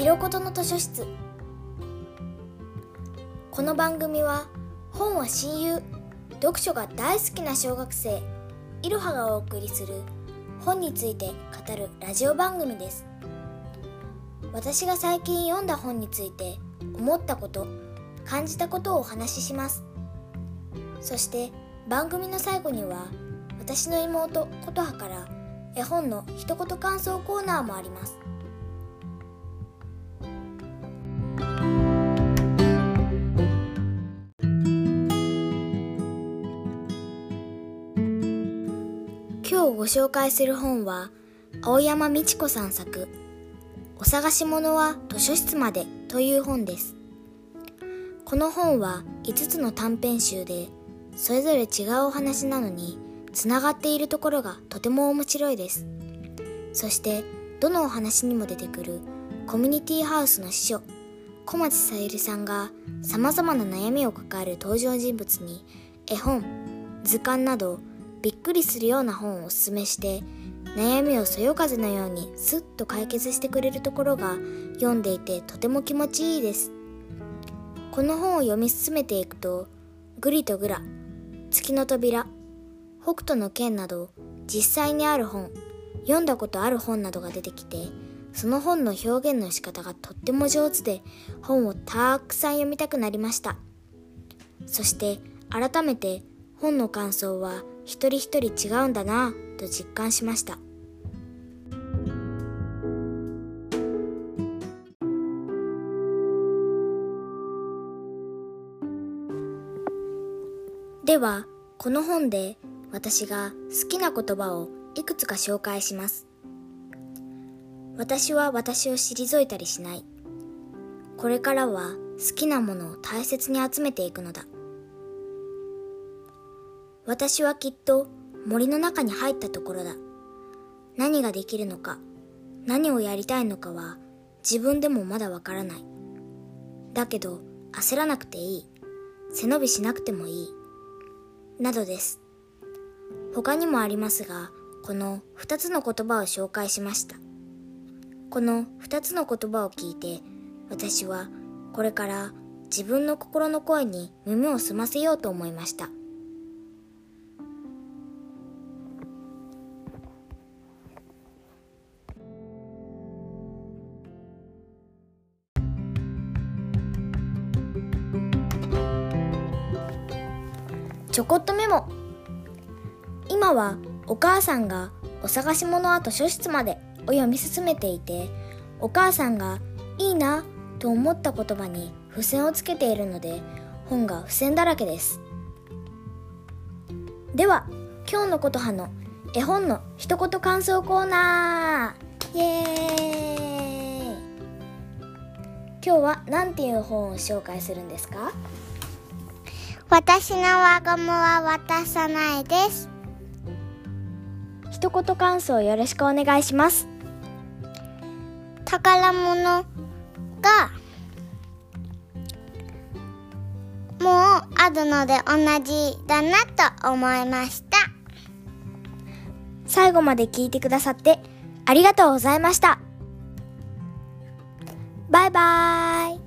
ひろことの図書室。この番組は本は親友、読書が大好きな小学生いろはがお送りする本について語るラジオ番組です。私が最近読んだ本について思ったこと、感じたことをお話しします。そして番組の最後には私の妹ことはから絵本の一言感想コーナーもあります。今日ご紹介する本は青山美智子さん作お探し物は図書室までという本です。この本は5つの短編集でそれぞれ違うお話なのにつながっているところがとても面白いです。そしてどのお話にも出てくるコミュニティハウスの司書小町さゆりさんがさまざまな悩みを抱える登場人物に絵本、図鑑などびっくりするような本をおすすめして悩みをそよ風のようにスッと解決してくれるところが読んでいてとても気持ちいいです。この本を読み進めていくとグリとグラ、月の扉、北斗の拳など実際にある本、読んだことある本などが出てきて、その本の表現の仕方がとっても上手で本をたくさん読みたくなりました。そして改めて本の感想は一人一人違うんだなぁと実感しました。ではこの本で私が好きな言葉をいくつか紹介します。私は私を退いたりしない。これからは好きなものを大切に集めていくのだ。私はきっと森の中に入ったところだ。何ができるのか、何をやりたいのかは自分でもまだわからない。だけど焦らなくていい。背伸びしなくてもいい。などです。他にもありますが、この2つの言葉を紹介しました。この2つの言葉を聞いて、私はこれから自分の心の声に耳を澄ませようと思いました。ちょこっとメモ。今はお母さんがお探し物は図書室までを読み進めていて、お母さんがいいなと思った言葉に付箋をつけているので本が付箋だらけです。では今日のことはの絵本の一言感想コーナー、イエーイ。今日は何ていう本を紹介するんですか？ 私のわがままは渡さないです。 一言感想よろしくお願いします。 宝物がもうあるので同じだなと思いました。 最後まで聞いてくださってありがとうございました。バイバーイ。